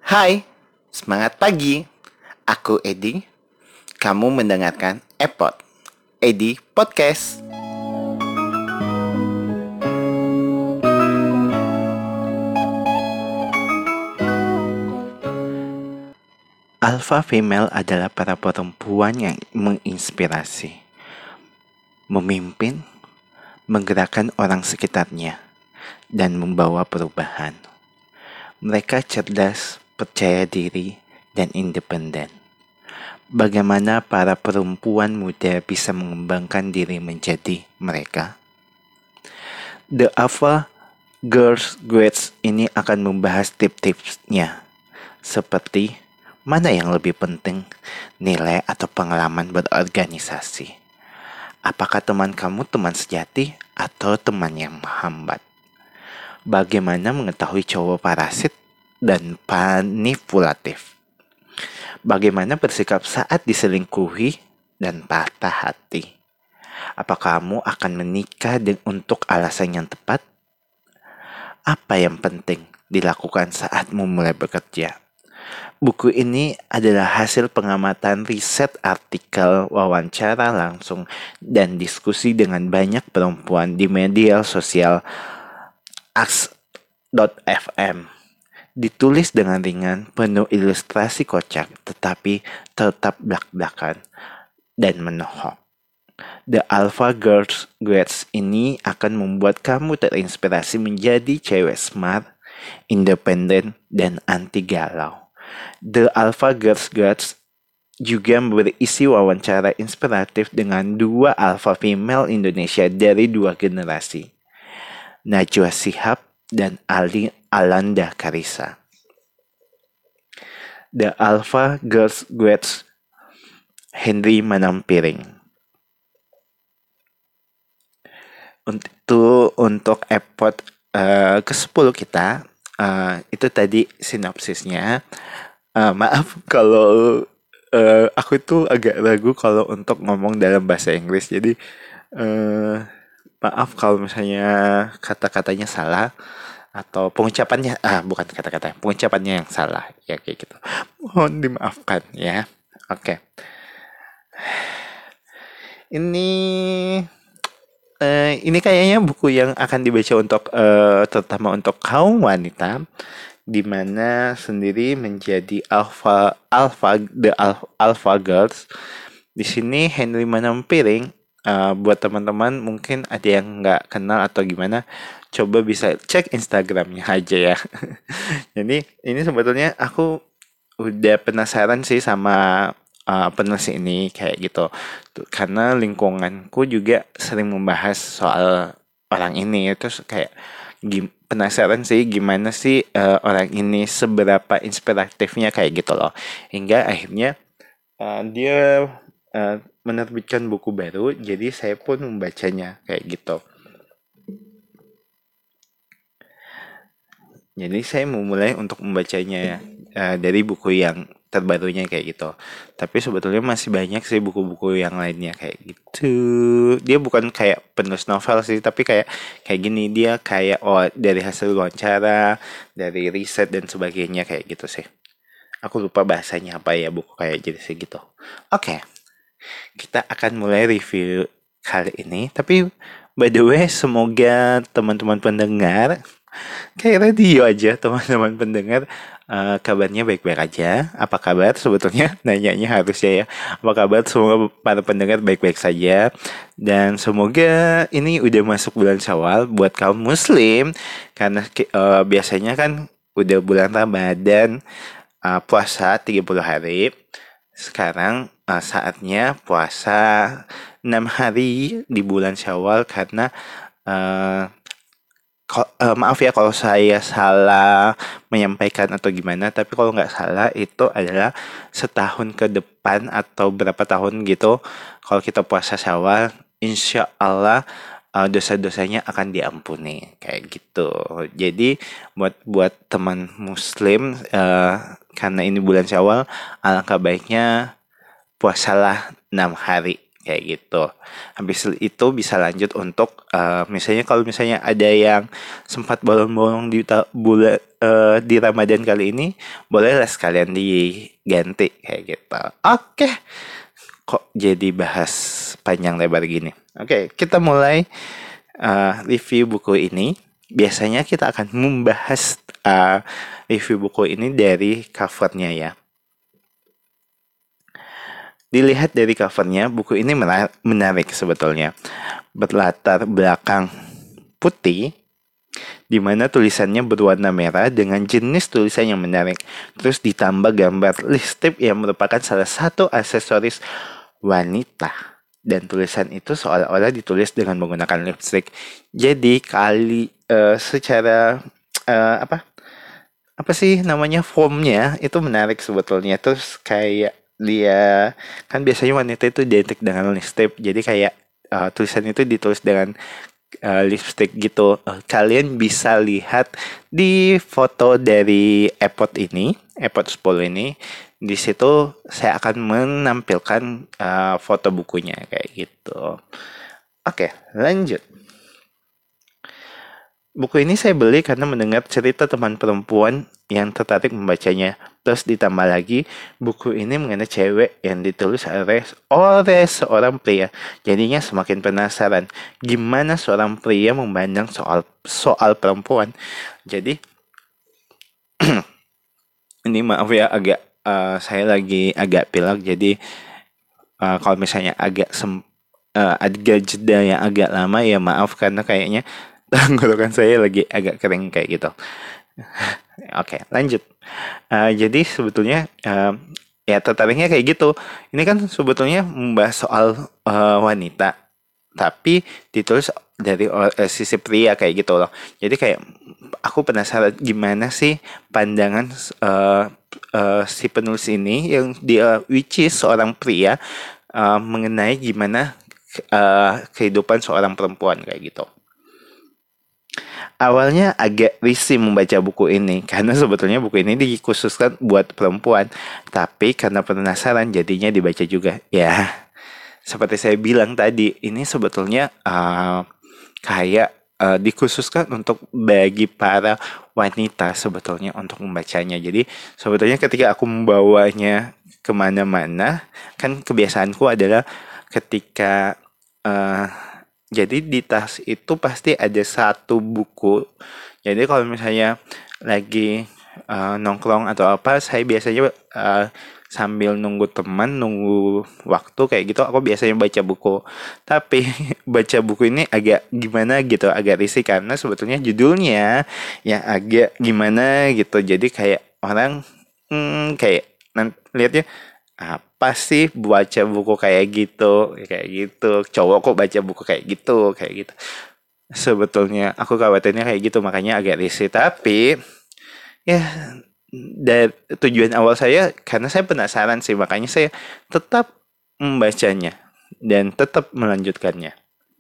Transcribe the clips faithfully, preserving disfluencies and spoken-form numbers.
Hai, semangat pagi. Aku Edi. Kamu mendengarkan Epot, Edi Podcast. Alpha female adalah para perempuan yang menginspirasi, memimpin, menggerakkan orang sekitarnya, dan membawa perubahan. Mereka cerdas, percaya diri, dan independen. Bagaimana para perempuan muda bisa mengembangkan diri menjadi mereka? The Alpha Girls Guides ini akan membahas tips-tipsnya, seperti mana yang lebih penting, nilai atau pengalaman berorganisasi. Apakah teman kamu teman sejati atau teman yang menghambat? Bagaimana mengetahui cowok parasit dan manipulatif? Bagaimana bersikap saat diselingkuhi dan patah hati? Apa kamu akan menikah untuk alasan yang tepat? Apa yang penting dilakukan saat memulai bekerja? Buku ini adalah hasil pengamatan riset, artikel, wawancara langsung, dan diskusi dengan banyak perempuan di media sosial aks dot f m. Ditulis dengan ringan, penuh ilustrasi kocak, tetapi tetap blak-blakan dan menohok. The Alpha Girls Guides ini akan membuat kamu terinspirasi menjadi cewek smart, independen, dan anti galau. The Alpha Girls Guides juga berisi wawancara inspiratif dengan dua alpha female Indonesia dari dua generasi, Najwa Shihab dan Ali Alanda Karissa. The Alpha Girls Guides, Henry Manampiring. Untuk untuk epot uh, ke sepuluh kita, uh, itu tadi sinopsisnya. Uh, maaf kalau uh, aku tuh agak ragu kalau untuk ngomong dalam bahasa Inggris. Jadi uh, maaf kalau misalnya kata-katanya salah atau pengucapannya ah bukan kata-kata pengucapannya yang salah ya, kayak gitu, mohon dimaafkan ya. Oke, ini uh, ini kayaknya buku yang akan dibaca untuk uh, terutama untuk kaum wanita, di mana sendiri menjadi alpha alpha the alpha, alpha girls. Di sini Henry Manampiring, uh, buat teman-teman mungkin ada yang nggak kenal atau gimana, coba bisa cek Instagramnya aja ya. Jadi ini sebetulnya aku udah penasaran sih sama uh, penulis ini kayak gitu. Tuh, karena lingkunganku juga sering membahas soal orang ini, terus kayak gim- penasaran sih gimana sih uh, orang ini seberapa inspiratifnya kayak gitu loh. Hingga akhirnya uh, dia uh, menerbitkan buku baru, jadi saya pun membacanya kayak gitu. Jadi saya memulai untuk membacanya uh, dari buku yang terbarunya kayak gitu. Tapi sebetulnya masih banyak sih buku-buku yang lainnya kayak gitu. Dia bukan kayak penulis novel sih, tapi kayak kayak gini, dia kayak oh dari hasil wawancara, dari riset dan sebagainya kayak gitu sih. Aku lupa bahasanya apa ya buku kayak jadi sih gitu. Oke, kita akan mulai review kali ini. Tapi by the way, semoga teman-teman pendengar kayak radio aja, teman-teman pendengar, uh, kabarnya baik-baik aja. Apa kabar sebetulnya? Nanyanya harusnya ya. Apa kabar? Semoga para pendengar baik-baik saja. Dan semoga ini udah masuk bulan Syawal buat kaum muslim. Karena uh, biasanya kan udah bulan Ramadan, uh, puasa tiga puluh hari. Sekarang uh, saatnya puasa enam hari di bulan Syawal karena uh, Ko, uh, maaf ya kalau saya salah menyampaikan atau gimana, tapi kalau nggak salah itu adalah setahun ke depan atau berapa tahun gitu, kalau kita puasa Syawal, insya Allah uh, dosa-dosanya akan diampuni kayak gitu. Jadi buat buat teman muslim, uh, karena ini bulan Syawal, alangkah baiknya puasalah enam hari kayak gitu. Habis itu bisa lanjut untuk uh, misalnya kalau misalnya ada yang sempat bolong-bolong di ta- bulan uh, di Ramadan kali ini, boleh lah sekalian diganti kayak gitu. Oke, kok jadi bahas panjang lebar gini. Oke, kita mulai uh, review buku ini. Biasanya kita akan membahas uh, review buku ini dari covernya ya. Dilihat dari covernya, buku ini menarik sebetulnya. Berlatar belakang putih, di mana tulisannya berwarna merah dengan jenis tulisan yang menarik. Terus ditambah gambar lipstick yang merupakan salah satu aksesoris wanita. Dan tulisan itu seolah-olah ditulis dengan menggunakan lipstick. Jadi kali uh, secara uh, apa apa sih namanya formnya itu menarik sebetulnya. Terus kayak dia kan biasanya wanita itu identik dengan lipstick, jadi kayak uh, tulisan itu ditulis dengan uh, lipstick gitu. Uh, kalian bisa lihat di foto dari iPod ini, iPod sepuluh ini. Di situ saya akan menampilkan uh, foto bukunya kayak gitu. Oke, lanjut. Buku ini saya beli karena mendengar cerita teman perempuan yang tertarik membacanya. Terus ditambah lagi, buku ini mengenai cewek yang ditulis oleh, oleh seorang pria. Jadinya semakin penasaran gimana seorang pria memandang soal soal perempuan. Jadi ini maaf ya, agak uh, saya lagi agak pilek. Jadi uh, kalau misalnya agak sem uh, agak jeda yang agak lama ya maaf, karena kayaknya tenggorokan saya lagi agak kering kayak gitu. Oke, lanjut. Uh, jadi sebetulnya uh, ya tertariknya kayak gitu. Ini kan sebetulnya membahas soal uh, wanita, tapi ditulis dari uh, sisi pria kayak gitu loh. Jadi kayak aku penasaran gimana sih pandangan uh, uh, si penulis ini yang dia which is seorang pria uh, mengenai gimana uh, kehidupan seorang perempuan kayak gitu. Awalnya agak risih membaca buku ini karena sebetulnya buku ini dikhususkan buat perempuan, tapi karena penasaran jadinya dibaca juga. Ya, seperti saya bilang tadi, ini sebetulnya uh, kayak uh, dikhususkan untuk bagi para wanita sebetulnya untuk membacanya. Jadi sebetulnya ketika aku membawanya kemana-mana, kan kebiasaanku adalah ketika uh, jadi di tas itu pasti ada satu buku. Jadi kalau misalnya lagi uh, nongkrong atau apa, saya biasanya uh, sambil nunggu teman, nunggu waktu kayak gitu, aku biasanya baca buku. Tapi baca buku ini agak gimana gitu, agak risih karena sebetulnya judulnya ya agak gimana gitu. Jadi kayak orang hmm, kayak nanti lihatnya apa sih baca buku kayak gitu, kayak gitu, cowok kok baca buku kayak gitu, kayak gitu. Sebetulnya aku khawatirnya kayak gitu, makanya agak risih. Tapi ya dari tujuan awal saya karena saya penasaran sih, makanya saya tetap membacanya dan tetap melanjutkannya.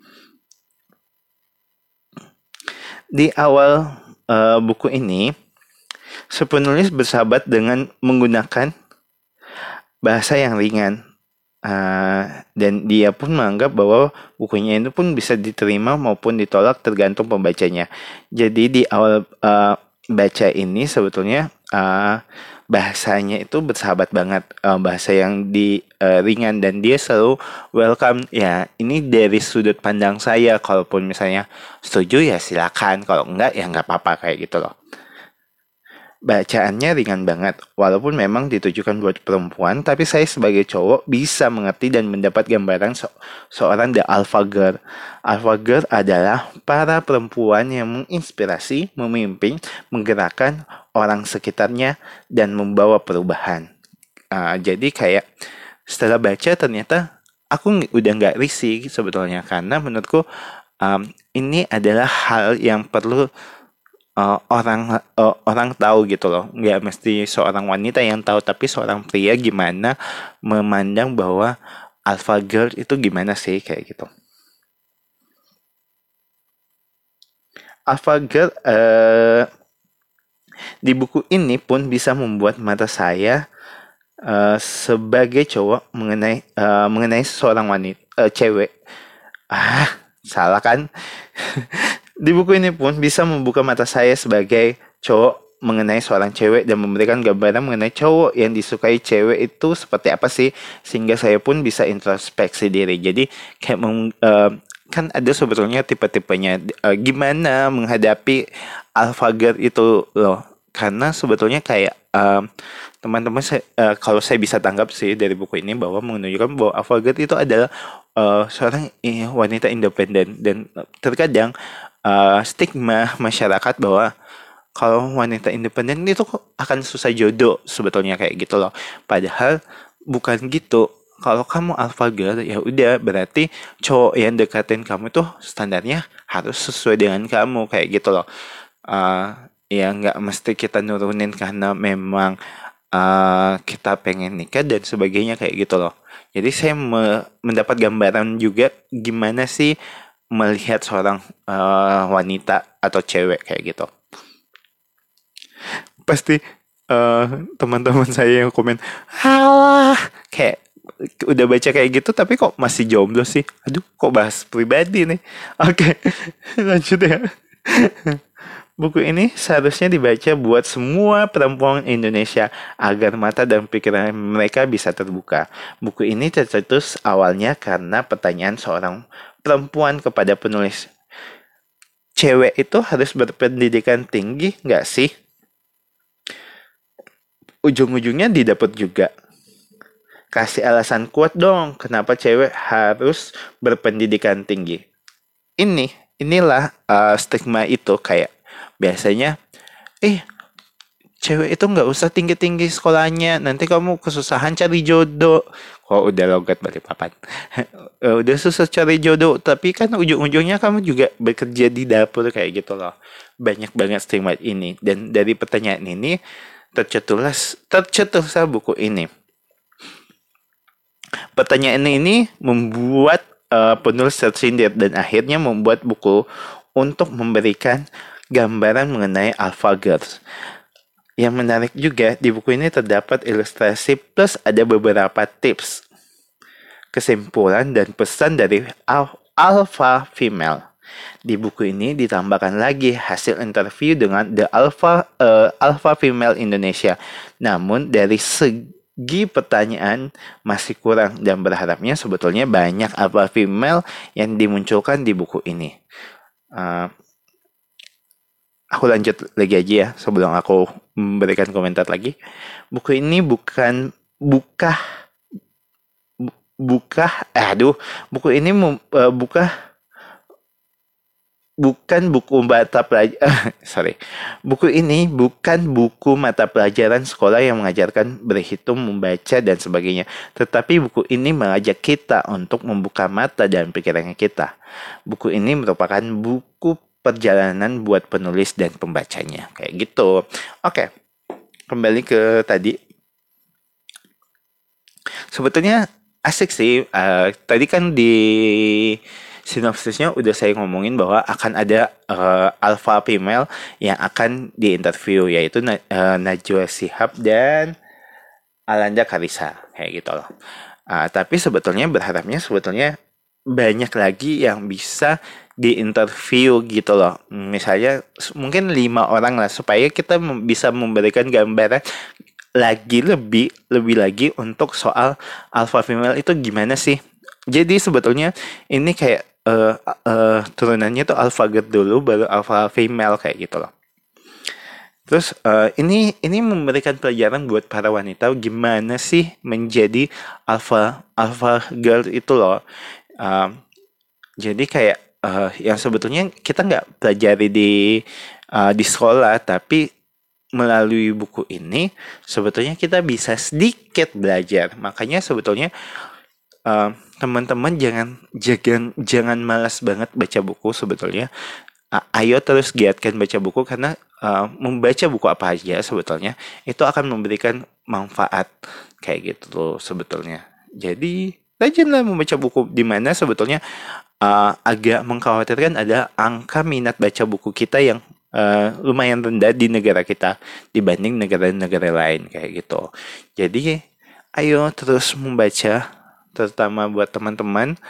Di awal uh, buku ini, si penulis bersahabat dengan menggunakan bahasa yang ringan, uh, dan dia pun menganggap bahwa bukunya itu pun bisa diterima maupun ditolak tergantung pembacanya. Jadi di awal uh, baca ini sebetulnya uh, bahasanya itu bersahabat banget, uh, bahasa yang di uh, ringan dan dia selalu welcome. Ya ini dari sudut pandang saya, kalaupun misalnya setuju ya silakan, kalau enggak ya nggak apa-apa kayak gitu loh. Bacaannya ringan banget, walaupun memang ditujukan buat perempuan, tapi saya sebagai cowok bisa mengerti dan mendapat gambaran se- seorang The Alpha Girl. Alpha Girl adalah para perempuan yang menginspirasi, memimpin, menggerakkan orang sekitarnya, dan membawa perubahan. Uh, jadi kayak setelah baca ternyata aku ng- udah nggak risih sebetulnya, karena menurutku um, ini adalah hal yang perlu uh, orang uh, orang tahu gitu loh, nggak mesti seorang wanita yang tahu, tapi seorang pria gimana memandang bahwa alpha girl itu gimana sih kayak gitu. Alpha girl uh, di buku ini pun bisa membuat mata saya uh, sebagai cowok mengenai uh, mengenai seorang wanita uh, cewek. Ah, salah kan? Di buku ini pun bisa membuka mata saya sebagai cowok mengenai seorang cewek dan memberikan gambaran mengenai cowok yang disukai cewek itu seperti apa sih, sehingga saya pun bisa introspeksi diri. Jadi kayak meng, uh, kan ada sebetulnya tipe-tipenya, uh, gimana menghadapi alpha girl itu loh. Karena sebetulnya kayak um, teman-teman saya, uh, kalau saya bisa tanggap sih dari buku ini bahwa menunjukkan bahwa alpha girl itu adalah uh, seorang eh, wanita independen, dan uh, terkadang uh, stigma masyarakat bahwa kalau wanita independen itu akan susah jodoh sebetulnya kayak gitu loh. Padahal bukan gitu. Kalau kamu alpha girl ya udah berarti cowok yang deketin kamu tuh standarnya harus sesuai dengan kamu kayak gitu loh. Uh, ya nggak mesti kita nurunin karena memang uh, kita pengen nikah dan sebagainya kayak gitu loh. Jadi saya me- mendapat gambaran juga gimana sih melihat seorang uh, wanita atau cewek kayak gitu. Pasti uh, teman-teman saya yang komen, halah, kayak udah baca kayak gitu tapi kok masih jomblo sih. Aduh, kok bahas pribadi nih. Oke, lanjut ya. Buku ini seharusnya dibaca buat semua perempuan Indonesia agar mata dan pikiran mereka bisa terbuka. Buku ini tercetus awalnya karena pertanyaan seorang perempuan kepada penulis. Cewek itu harus berpendidikan tinggi nggak sih? Ujung-ujungnya didapat juga. Kasih alasan kuat dong kenapa cewek harus berpendidikan tinggi. Ini, inilah uh, stigma itu kayak biasanya, eh cewek itu nggak usah tinggi-tinggi sekolahnya, nanti kamu kesusahan cari jodoh. Kok udah logat balik papan. Udah susah cari jodoh, tapi kan ujung-ujungnya kamu juga bekerja di dapur kayak gitu loh. Banyak banget stigma ini, dan dari pertanyaan ini tercetuslah tercetuslah buku ini. Pertanyaan ini membuat uh, penulis tersindir dan akhirnya membuat buku untuk memberikan gambaran mengenai alpha girls. Yang menarik juga, di buku ini terdapat ilustrasi plus ada beberapa tips, kesimpulan dan pesan dari alpha female. Di buku ini ditambahkan lagi hasil interview dengan The Alpha uh, Alpha Female Indonesia. Namun dari segi pertanyaan masih kurang, dan berharapnya sebetulnya banyak alpha female yang dimunculkan di buku ini. Uh, Aku lanjut lagi aja ya sebelum aku memberikan komentar lagi. Buku ini bukan buka buka eh aduh, buku ini uh, buka bukan buku mata pelajaran sorry. Buku ini bukan buku mata pelajaran sekolah yang mengajarkan berhitung, membaca dan sebagainya. Tetapi buku ini mengajak kita untuk membuka mata dan pikirannya kita. Buku ini merupakan buku perjalanan buat penulis dan pembacanya kayak gitu. Oke, kembali ke tadi. Sebetulnya asik sih. Uh, tadi kan di sinopsisnya udah saya ngomongin bahwa akan ada uh, alpha female yang akan diinterview, yaitu uh, Najwa Shihab dan Alanda Karissa kayak gitu loh. Uh, tapi sebetulnya berharapnya sebetulnya banyak lagi yang bisa diinterview gitu loh. Misalnya mungkin lima orang lah, supaya kita bisa memberikan gambaran lagi lebih lebih lagi untuk soal alpha female itu gimana sih. Jadi sebetulnya ini kayak uh, uh, turunannya tuh alpha girl dulu baru alpha female kayak gitu loh. Terus uh, ini ini memberikan pelajaran buat para wanita gimana sih menjadi alpha alpha girl itu loh. Uh, jadi kayak uh, yang sebetulnya kita nggak pelajari di uh, di sekolah, tapi melalui buku ini sebetulnya kita bisa sedikit belajar. Makanya sebetulnya uh, teman-teman jangan jangan jangan malas banget baca buku sebetulnya. Uh, ayo terus giatkan baca buku, karena uh, membaca buku apa aja sebetulnya itu akan memberikan manfaat kayak gitu loh sebetulnya. Jadi rajinlah membaca buku, di mana sebetulnya uh, agak mengkhawatirkan ada angka minat baca buku kita yang uh, lumayan rendah di negara kita dibanding negara-negara lain kayak gitu. Jadi ayo terus membaca, terutama buat teman-teman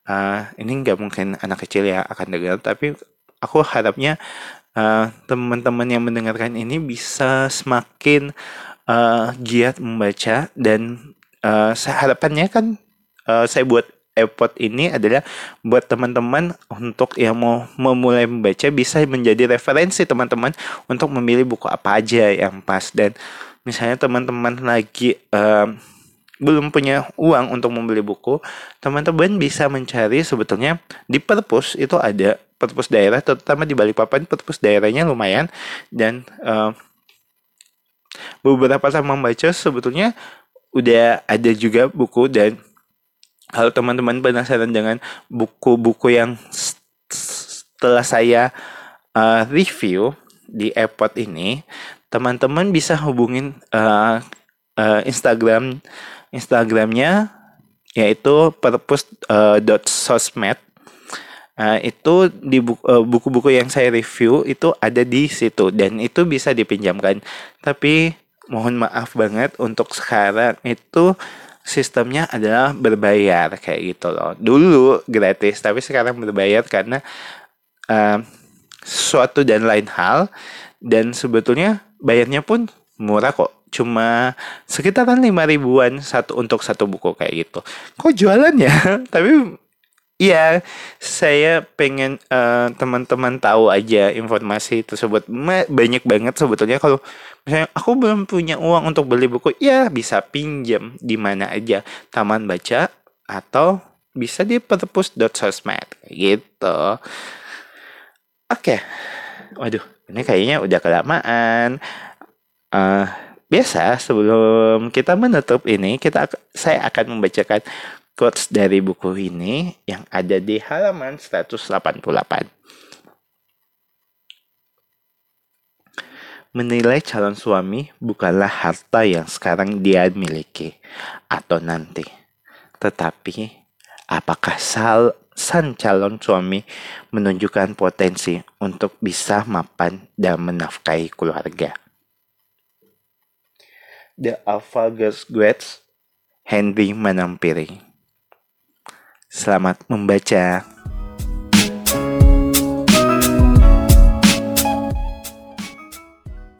uh, ini nggak mungkin anak kecil ya akan dengar, tapi aku harapnya uh, teman-teman yang mendengarkan ini bisa semakin uh, giat membaca dan uh, saya harapannya kan uh, saya buat iPod ini adalah buat teman-teman untuk yang mau memulai membaca bisa menjadi referensi teman-teman untuk memilih buku apa aja yang pas. Dan misalnya teman-teman lagi um, belum punya uang untuk membeli buku, teman-teman bisa mencari sebetulnya di perpus itu ada perpus daerah, terutama di Balikpapan perpus daerahnya lumayan dan uh, beberapa teman membaca sebetulnya udah ada juga buku. Dan kalau teman-teman penasaran dengan buku-buku yang setelah saya uh, review di iPod ini, teman-teman bisa hubungin uh, uh, Instagram Instagramnya yaitu perpus uh, dot sosmed. Uh, itu di buku, uh, buku-buku yang saya review itu ada di situ dan itu bisa dipinjamkan. Tapi mohon maaf banget untuk sekarang itu sistemnya adalah berbayar kayak gitu loh. Dulu gratis tapi sekarang berbayar karena uh, suatu dan lain hal, dan sebetulnya bayarnya pun murah kok. Cuma sekitaran lima ribuan satu untuk satu buku kayak gitu. Kok jualan ya? Tapi iya, saya pengen uh, teman-teman tahu aja informasi tersebut. Ma- Banyak banget sebetulnya kalau misalnya aku belum punya uang untuk beli buku, ya bisa pinjam di mana aja, taman baca atau bisa di perpus dot sosmed gitu. Oke, waduh, ini kayaknya udah kelamaan. Eh, Biasa sebelum kita menutup ini, kita ak- saya akan membacakan quotes dari buku ini yang ada di halaman seratus delapan puluh delapan. Menilai calon suami bukanlah harta yang sekarang dia miliki atau nanti, tetapi apakah sal sang calon suami menunjukkan potensi untuk bisa mapan dan menafkahi keluarga. The Alphagus Guedes, Henry Manampiri. Selamat membaca.